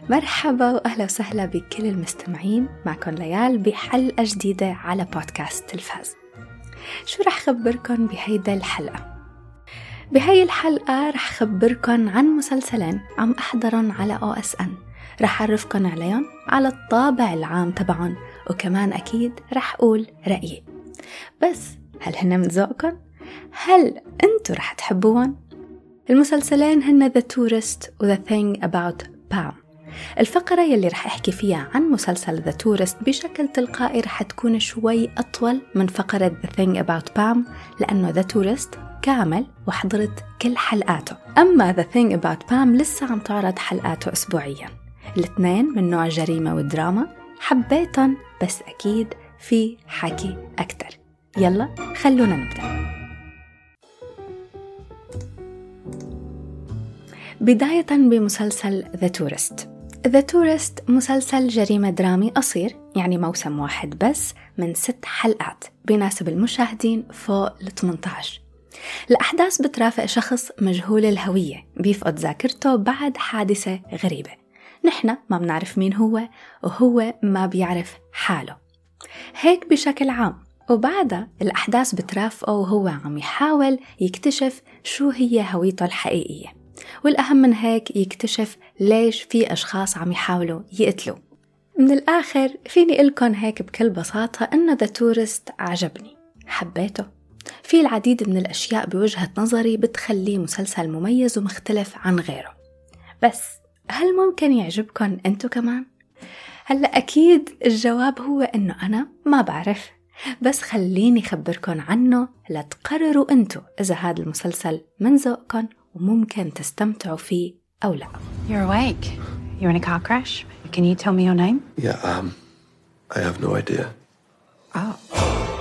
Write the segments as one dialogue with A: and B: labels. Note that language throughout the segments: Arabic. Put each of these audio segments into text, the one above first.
A: مرحبا وأهلا وسهلا بكل المستمعين. معكم ليال بحلقة جديدة على بودكاست تلفاز. شو رح خبركن بهيدا الحلقة؟ بهاي الحلقة رح خبركن عن مسلسلين عم أحضرن على OSN. رح أعرفكن عليهم، على الطابع العام تبعهم، وكمان أكيد رح أقول رأيي. بس هل هن من ذوقكن؟ هل أنتو رح تحبوهن؟ المسلسلين هن The Tourist و The Thing About Pam. الفقرة يلي رح أحكي فيها عن مسلسل The Tourist بشكل تلقائي رح تكون شوي أطول من فقرة The Thing About Pam، لأنه The Tourist كامل وحضرت كل حلقاته، أما The Thing About Pam لسه عم تعرض حلقاته أسبوعيا. الاثنين من نوع جريمة ودراما، حبيتن بس أكيد في حكي أكتر. يلا خلونا نبدأ. بداية بمسلسل The Tourist. The Tourist مسلسل جريمة درامي قصير، يعني موسم واحد بس من 6 حلقات، بيناسب المشاهدين فوق 18. الأحداث بترافق شخص مجهول الهوية بيفقد ذاكرته بعد حادثة غريبة. نحن ما بنعرف مين هو وهو ما بيعرف حاله، هيك بشكل عام. وبعدها الأحداث بترافقه وهو عم يحاول يكتشف شو هي هويته الحقيقية، والأهم من هيك يكتشف ليش في أشخاص عم يحاولوا يقتلوا. من الآخر فيني قلكن هيك بكل بساطة إنه The Tourist عجبني، حبيته. في العديد من الأشياء بوجهة نظري بتخليه مسلسل مميز ومختلف عن غيره. بس هل ممكن يعجبكن أنتو كمان؟ هلأ أكيد الجواب هو إنه أنا ما بعرف، بس خليني خبركن عنه لتقرروا أنتو إذا هذا المسلسل من ذوقكن وممكن تستمتعوا فيه أو لا.
B: You're awake. You're in a car crash. Can you tell me your name?
C: Yeah, I have no idea.
B: Oh.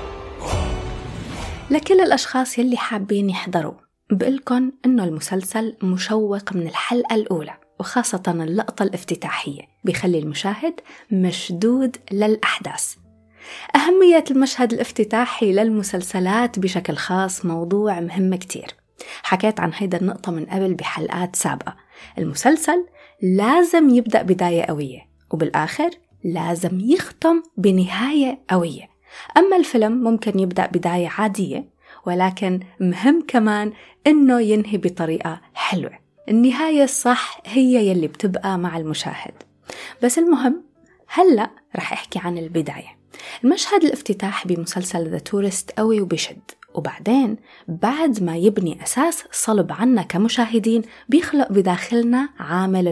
A: لكل الأشخاص يلي حابين يحضروا بقولكن إنه المسلسل مشوق من الحلقة الأولى، وخاصة اللقطة الافتتاحية بيخلي المشاهد مشدود للأحداث. أهمية المشهد الافتتاحي للمسلسلات بشكل خاص موضوع مهم كتير، حكيت عن هيدا النقطة من قبل بحلقات سابقة. المسلسل لازم يبدأ بداية قوية، وبالآخر لازم يختم بنهاية قوية. أما الفيلم ممكن يبدأ بداية عادية، ولكن مهم كمان إنه ينهي بطريقة حلوة. النهاية الصح هي يلي بتبقى مع المشاهد. بس المهم هلأ رح أحكي عن البداية. المشهد الافتتاح بمسلسل The Tourist قوي وبشد، وبعدين بعد ما يبني أساس صلب عنا كمشاهدين بيخلق بداخلنا عامل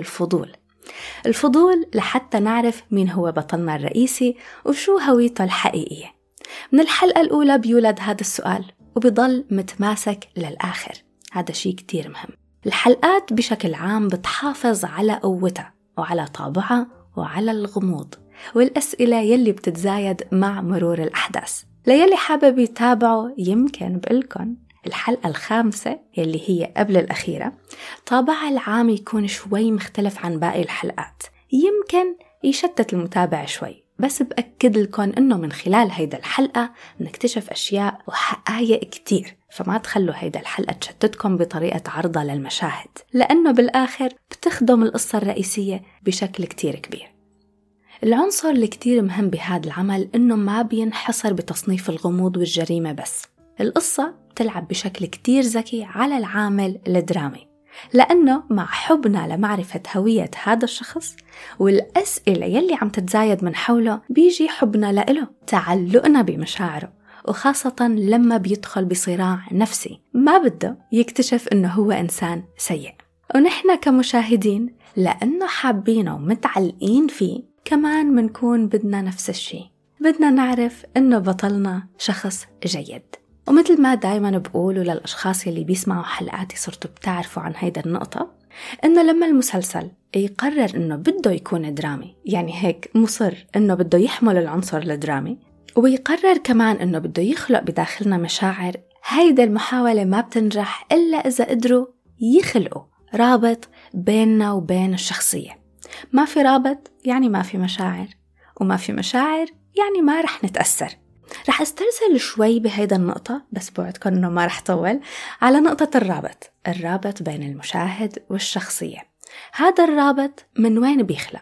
A: الفضول لحتى نعرف مين هو بطلنا الرئيسي وشو هويته الحقيقية. من الحلقة الأولى بيولد هذا السؤال وبيضل متماسك للآخر. هذا شيء كتير مهم. الحلقات بشكل عام بتحافظ على قوتها وعلى طابعها وعلى الغموض والأسئلة يلي بتتزايد مع مرور الأحداث. ليلي حابب يتابعوا يمكن بقولكن الحلقة الخامسة يلي هي قبل الأخيرة طابعها العام يكون شوي مختلف عن باقي الحلقات، يمكن يشتت المتابع شوي. بس بأكد لكم إنه من خلال هيدا الحلقة نكتشف أشياء وحقائق كتير، فما تخلوا هيدا الحلقة تشتتكم بطريقة عرضها للمشاهد، لأنه بالآخر بتخدم القصة الرئيسية بشكل كتير كبير. العنصر اللي كتير مهم بهذا العمل إنه ما بينحصر بتصنيف الغموض والجريمة بس. القصة بتلعب بشكل كتير ذكي على العامل الدرامي، لأنه مع حبنا لمعرفة هوية هذا الشخص والأسئلة يلي عم تتزايد من حوله بيجي حبنا لإله، تعلقنا بمشاعره، وخاصة لما بيدخل بصراع نفسي ما بده يكتشف إنه هو إنسان سيء. ونحن كمشاهدين لأنه حابينه ومتعلقين فيه كمان منكون بدنا نفس الشيء، بدنا نعرف إنه بطلنا شخص جيد. ومثل ما دايما بقولوا للأشخاص اللي بيسمعوا حلقاتي صرتوا بتعرفوا عن هيدا النقطة، إنه لما المسلسل يقرر إنه بده يكون درامي، يعني هيك مصر إنه بده يحمل العنصر الدرامي، ويقرر كمان إنه بده يخلق بداخلنا مشاعر، هيدا المحاولة ما بتنجح إلا إذا قدروا يخلقوا رابط بيننا وبين الشخصية. ما في رابط يعني ما في مشاعر، وما في مشاعر يعني ما رح نتأثر. رح استرسل شوي بهيدا النقطة، بس بوعدكم إنه ما رح طول على نقطة الرابط بين المشاهد والشخصية. هذا الرابط من وين بيخلق؟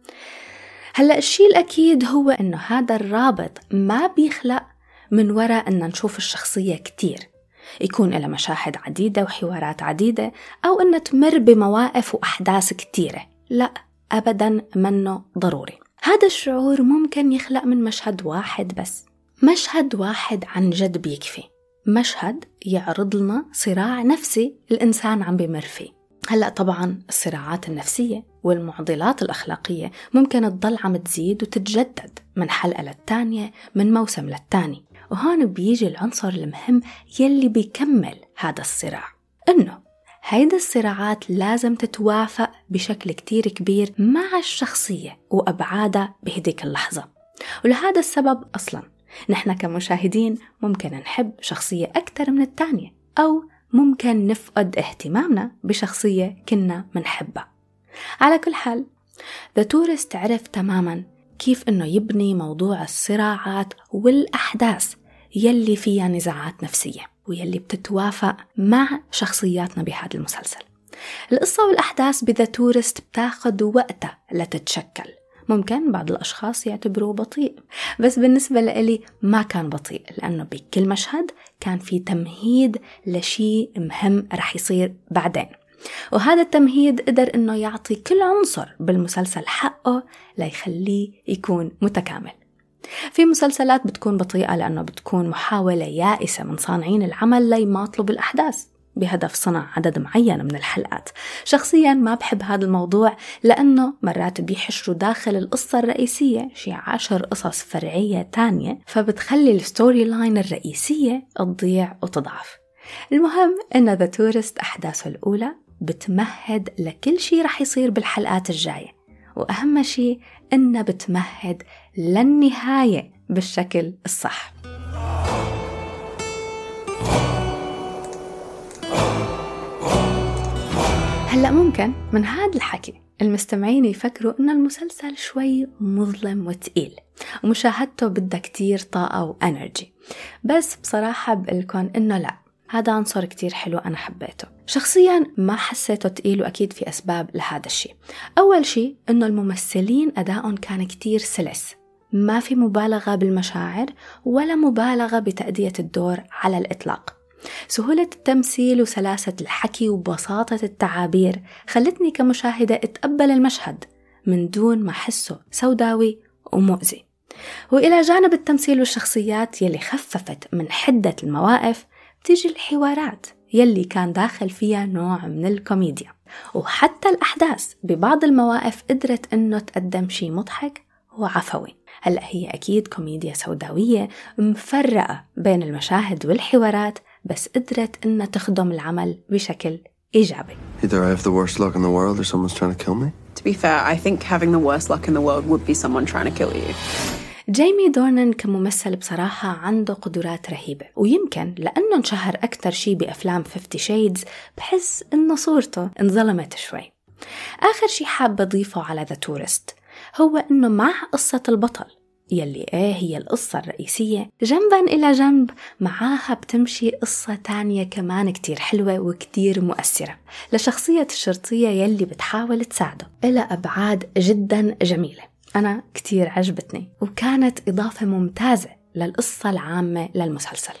A: هلأ الشيء الأكيد هو إنه هذا الرابط ما بيخلق من وراء أن نشوف الشخصية كتير، يكون لها مشاهد عديدة وحوارات عديدة، أو أن تمر بمواقف وأحداث كتيرة. لا أبداً، منه ضروري. هذا الشعور ممكن يخلق من مشهد واحد بس، مشهد واحد عن جد بيكفي، مشهد يعرض لنا صراع نفسي الإنسان عم بيمر فيه. هلأ طبعاً الصراعات النفسية والمعضلات الأخلاقية ممكن تضل عم تزيد وتتجدد من حلقة للتانية، من موسم للتاني. وهون بيجي العنصر المهم يلي بيكمل هذا الصراع، إنه هيدا الصراعات لازم تتوافق بشكل كتير كبير مع الشخصية وأبعادها بهديك اللحظة. ولهذا السبب أصلاً نحن كمشاهدين ممكن نحب شخصية أكتر من التانية، أو ممكن نفقد اهتمامنا بشخصية كنا منحبها. على كل حال The Tourist عرف تماماً كيف إنه يبني موضوع الصراعات والأحداث يلي فيها نزاعات نفسية ويلي بتتوافق مع شخصياتنا بهذا المسلسل. القصة والأحداث بذا تورست بتاخد وقتها لتتشكل. ممكن بعض الأشخاص يعتبروه بطيء، بس بالنسبة لي ما كان بطيء، لأنه بكل مشهد كان في تمهيد لشيء مهم رح يصير بعدين، وهذا التمهيد قدر إنه يعطي كل عنصر بالمسلسل حقه ليخليه يكون متكامل. في مسلسلات بتكون بطيئة لأنه بتكون محاولة يائسة من صانعين العمل ليماطلوا بالأحداث بهدف صنع عدد معين من الحلقات. شخصياً ما بحب هذا الموضوع، لأنه مرات بيحشروا داخل القصة الرئيسية شي 10 قصص فرعية تانية، فبتخلي الستوري لاين الرئيسية تضيع وتضعف. المهم إن The Tourist أحداثه الأولى بتمهد لكل شي رح يصير بالحلقات الجاية، وأهم شي إنها بتمهد للنهاية بالشكل الصح. هلأ ممكن من هذا الحكي المستمعين يفكروا إن المسلسل شوي مظلم وتقيل ومشاهدته بدها كتير طاقة وانرجي، بس بصراحة بقولكم إنه لا، هذا عنصر كتير حلو أنا حبيته. شخصياً ما حسيته تقيل، وأكيد في أسباب لهذا الشيء. أول شيء إنه الممثلين أدائهم كان كتير سلس، ما في مبالغة بالمشاعر ولا مبالغة بتأدية الدور على الإطلاق. سهولة التمثيل وسلاسة الحكي وبساطة التعابير خلتني كمشاهدة أتقبل المشهد من دون ما أحسه سوداوي ومؤذي. وإلى جانب التمثيل والشخصيات يلي خففت من حدة المواقف، تيجي الحوارات يلي كان داخل فيها نوع من الكوميديا، وحتى الأحداث ببعض المواقف قدرت إنه تقدم شيء مضحك وعفوي. هلأ هي أكيد كوميديا سوداوية مفرقة بين المشاهد والحوارات، بس قدرت إنها تخدم العمل بشكل إيجابي.
C: Either I have the worst luck in the world or someone's trying to kill me.
D: To be fair, I think having the worst luck in the world would be someone trying to kill you.
A: جيمي دورنان كممثل بصراحة عنده قدرات رهيبة، ويمكن لأنه انشهر أكتر شي بأفلام 50 Shades بحس إنه صورته انظلمت شوي. آخر شي حابة أضيفه على The Tourist هو إنه مع قصة البطل يلي هي القصة الرئيسية، جنباً إلى جنب معاها بتمشي قصة تانية كمان كتير حلوة وكتير مؤثرة لشخصية الشرطية يلي بتحاول تساعده، إلى أبعاد جداً جميلة أنا كتير عجبتني، وكانت إضافة ممتازة للقصة العامة للمسلسل.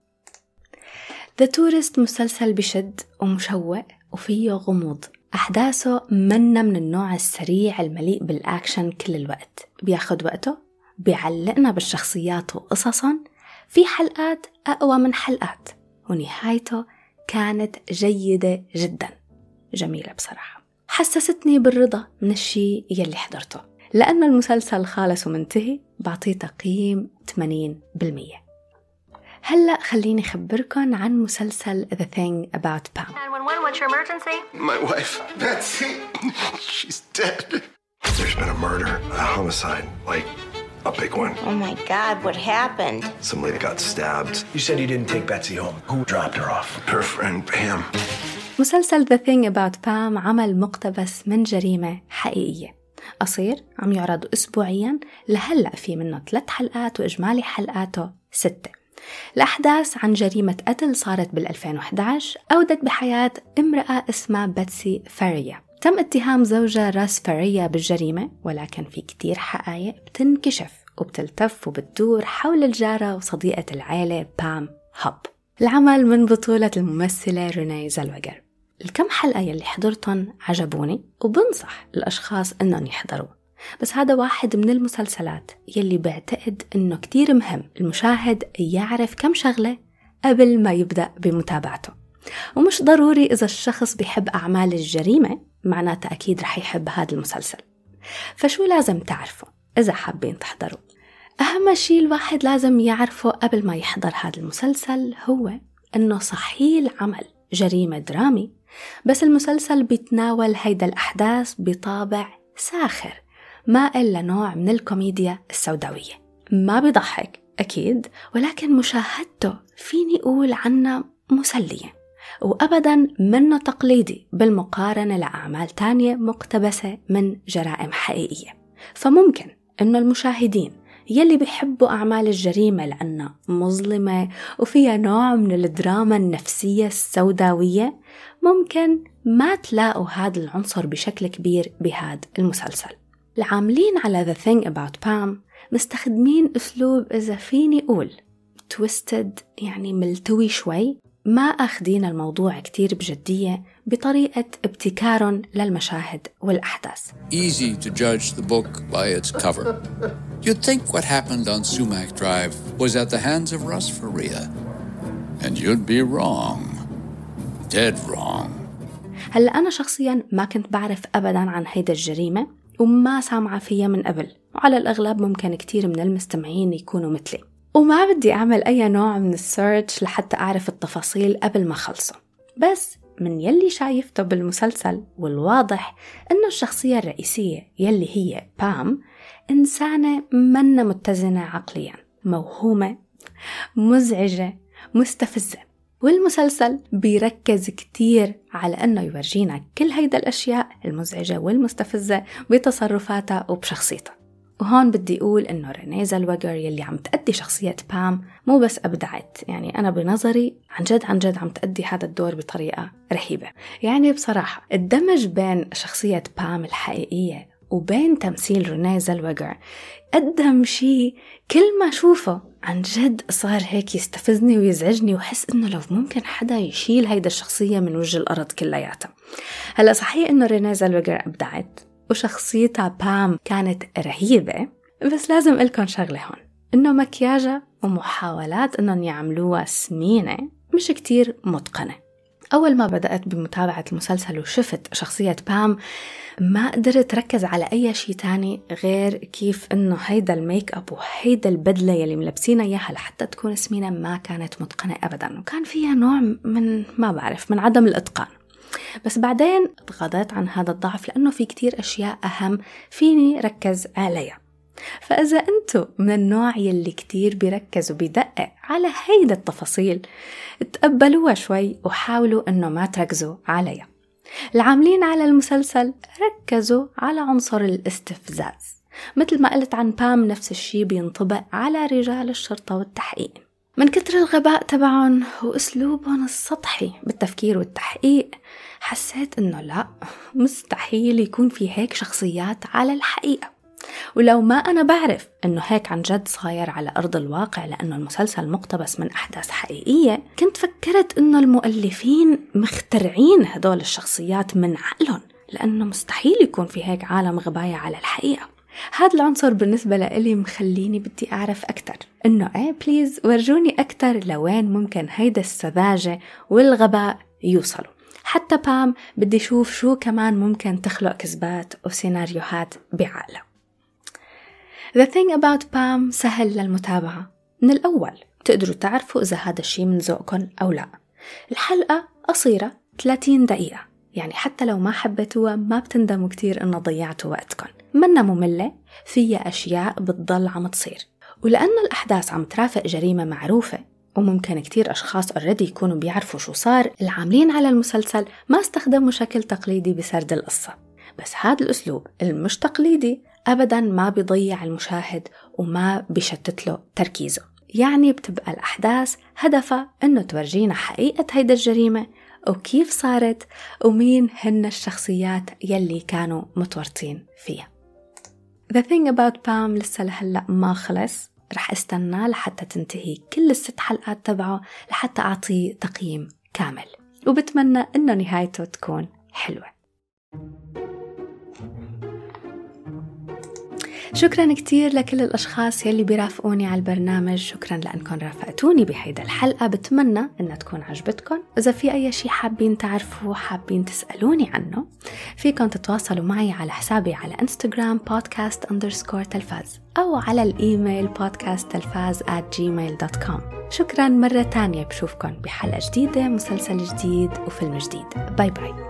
A: The Tourist مسلسل بشد ومشوق وفيه غموض. أحداثه منا من النوع السريع المليء بالأكشن كل الوقت، بياخد وقته، بيعلقنا بالشخصيات وقصصهم، في حلقات أقوى من حلقات، ونهايته كانت جيدة جدا، جميلة بصراحة. حسستني بالرضا من الشيء يلي حضرته، لأن المسلسل خالص ومنتهي بعطيه تقييم 80%. هلأ خليني أخبركم عن مسلسل The Thing About Pam.
E: 911, what's your emergency?
C: My wife, Betsy, she's dead. There's been a murder, a homicide, like a big one.
E: Oh my God, what happened?
C: Some lady got stabbed.
F: You said you didn't take Betsy home. Who dropped her off?
C: Her friend Pam.
A: مسلسل The Thing About Pam عمل مقتبس من جريمة حقيقية، قصير عم يعرض أسبوعيا، لهلأ في منه 3 حلقات وإجمالي حلقاته 6. الأحداث عن جريمة قتل صارت بال2011 أودت بحياة امرأة اسمها باتسي فاريا. تم اتهام زوجة راس فاريا بالجريمة، ولكن في كتير حقائق بتنكشف وبتلتف وبتدور حول الجارة وصديقة العائلة بام هاب. العمل من بطولة الممثلة رينيه زلويغر. الكم حلقة يلي حضرتهم عجبوني وبنصح الأشخاص أنهم يحضروا، بس هذا واحد من المسلسلات يلي بعتقد أنه كتير مهم المشاهد يعرف كم شغلة قبل ما يبدأ بمتابعته. ومش ضروري إذا الشخص بيحب أعمال الجريمة معناته أكيد رح يحب هذا المسلسل. فشو لازم تعرفوا إذا حابين تحضروا؟ أهم شيء الواحد لازم يعرفه قبل ما يحضر هذا المسلسل هو أنه صحيح العمل جريمة درامي، بس المسلسل بيتناول هيدا الأحداث بطابع ساخر، ما إلا نوع من الكوميديا السوداوية. ما بيضحك أكيد، ولكن مشاهدته فيني أقول عنه مسلية، وأبداً منه تقليدي بالمقارنة لأعمال تانية مقتبسة من جرائم حقيقية. فممكن إنه المشاهدين يلي بيحبوا أعمال الجريمة لأنها مظلمة وفيها نوع من الدراما النفسية السوداوية ممكن ما تلاقوا هذا العنصر بشكل كبير بهذا المسلسل. العاملين على The Thing About Pam مستخدمين أسلوب إذا فيني أقول twisted، يعني ملتوي شوي، ما أخدين الموضوع كتير بجدية بطريقة ابتكار للمشاهد والأحداث.
G: Easy to judge the book by its cover. You'd think what happened on Sumac Drive was at the hands of Russ Faria. And you'd be wrong. Dead wrong.
A: هلأ أنا شخصياً ما كنت بعرف أبداً عن هيدا الجريمة وما سامعة فيها من قبل، وعلى الأغلب ممكن كتير من المستمعين يكونوا مثلي، وما بدي أعمل أي نوع من السيرش لحتى أعرف التفاصيل قبل ما خلصه. بس من يلي شايفته بالمسلسل والواضح أنه الشخصية الرئيسية يلي هي بام إنسانة منا متزنة عقليا، موهومة، مزعجة، مستفزة. والمسلسل بيركز كتير على أنه يورجينا كل هيدا الأشياء المزعجة والمستفزة بتصرفاتها وبشخصيتها. وهون بدي أقول إنه رينيه زلويغر يلي عم تأدي شخصية بام مو بس أبدعت، يعني أنا بنظري عن جد عم تأدي هذا الدور بطريقة رهيبة. يعني بصراحة الدمج بين شخصية بام الحقيقية وبين تمثيل رينيه زلويغر قدم شيء كل ما أشوفه عن جد صار هيك يستفزني ويزعجني، وحس إنه لو ممكن حدا يشيل هيدا الشخصية من وجه الأرض كلياتها. هلأ صحيح إنه رينيه زلويغر أبدعت وشخصيتها بام كانت رهيبة، بس لازم لكم شغلة هون، إنه مكياجها ومحاولات إنهم يعملوها سمينة مش كتير متقنة. أول ما بدأت بمتابعة المسلسل وشفت شخصية بام ما قدرت ركز على أي شيء تاني غير كيف إنه هيدا الميك أب وهيدا البدلة يلي ملبسينها إياها لحتى تكون سمينة ما كانت متقنة أبدا، وكان فيها نوع من ما بعرف من عدم الإتقان. بس بعدين تغاضيت عن هذا الضعف لأنه في كتير أشياء أهم فيني ركز عليها. فإذا أنتوا من النوع يلي كتير بيركز وبيدقق على هيدا التفاصيل تقبلوها شوي وحاولوا أنه ما تركزوا عليها. العاملين على المسلسل ركزوا على عنصر الاستفزاز، مثل ما قلت عن بام نفس الشي بينطبق على رجال الشرطة والتحقيق. من كتر الغباء تبعهم وأسلوبهم السطحي بالتفكير والتحقيق حسيت إنه لا، مستحيل يكون في هيك شخصيات على الحقيقة. ولو ما أنا بعرف إنه هيك عن جد صاير على أرض الواقع لأنه المسلسل مقتبس من أحداث حقيقية، كنت فكرت إنه المؤلفين مخترعين هدول الشخصيات من عقلهم، لأنه مستحيل يكون في هيك عالم غباية على الحقيقة. هذا العنصر بالنسبة لإلي مخليني بدي أعرف أكتر، إنه بليز ورجوني أكتر لوين ممكن هيدا السذاجة والغباء يوصلوا. حتى بام بدي شوف شو كمان ممكن تخلق كذبات وسيناريوهات بعقله. The thing about Pam سهل للمتابعة من الأول، تقدروا تعرفوا إذا هذا الشيء من ذوقكم أو لا. الحلقة قصيرة 30 دقيقة، يعني حتى لو ما حبيتوها ما بتندموا كتير إنه ضيعتوا وقتكم. منا مملة، فيها أشياء بتضل عم تصير، ولأنه الأحداث عم ترافق جريمة معروفة وممكن كتير أشخاص already يكونوا بيعرفوا شو صار، العاملين على المسلسل ما استخدموا شكل تقليدي بسرد القصة. بس هذا الأسلوب المش تقليدي أبداً ما بيضيع المشاهد وما بيشتت له تركيزه. يعني بتبقى الأحداث هدفها إنه تورجينا حقيقة هيدا الجريمة وكيف صارت ومين هن الشخصيات يلي كانوا متورطين فيها. The thing about Pam لسه لهلأ ما خلص، رح استنى لحتى تنتهي كل 6 حلقات تبعه لحتى أعطيه تقييم كامل، وبتمنى إنه نهايته تكون حلوة. شكرا كتير لكل الأشخاص يلي بيرافقوني على البرنامج، شكرا لأنكم رافقتوني بهيدا الحلقة، بتمنى أنها تكون عجبتكم. إذا في أي شيء حابين تعرفوا حابين تسألوني عنه، فيكم تتواصلوا معي على حسابي على إنستغرام podcast_تلفاز أو على الإيميل podcasttelfaz@gmail.com. شكرا مرة تانية، بشوفكم بحلقة جديدة، مسلسل جديد وفيلم جديد. باي باي.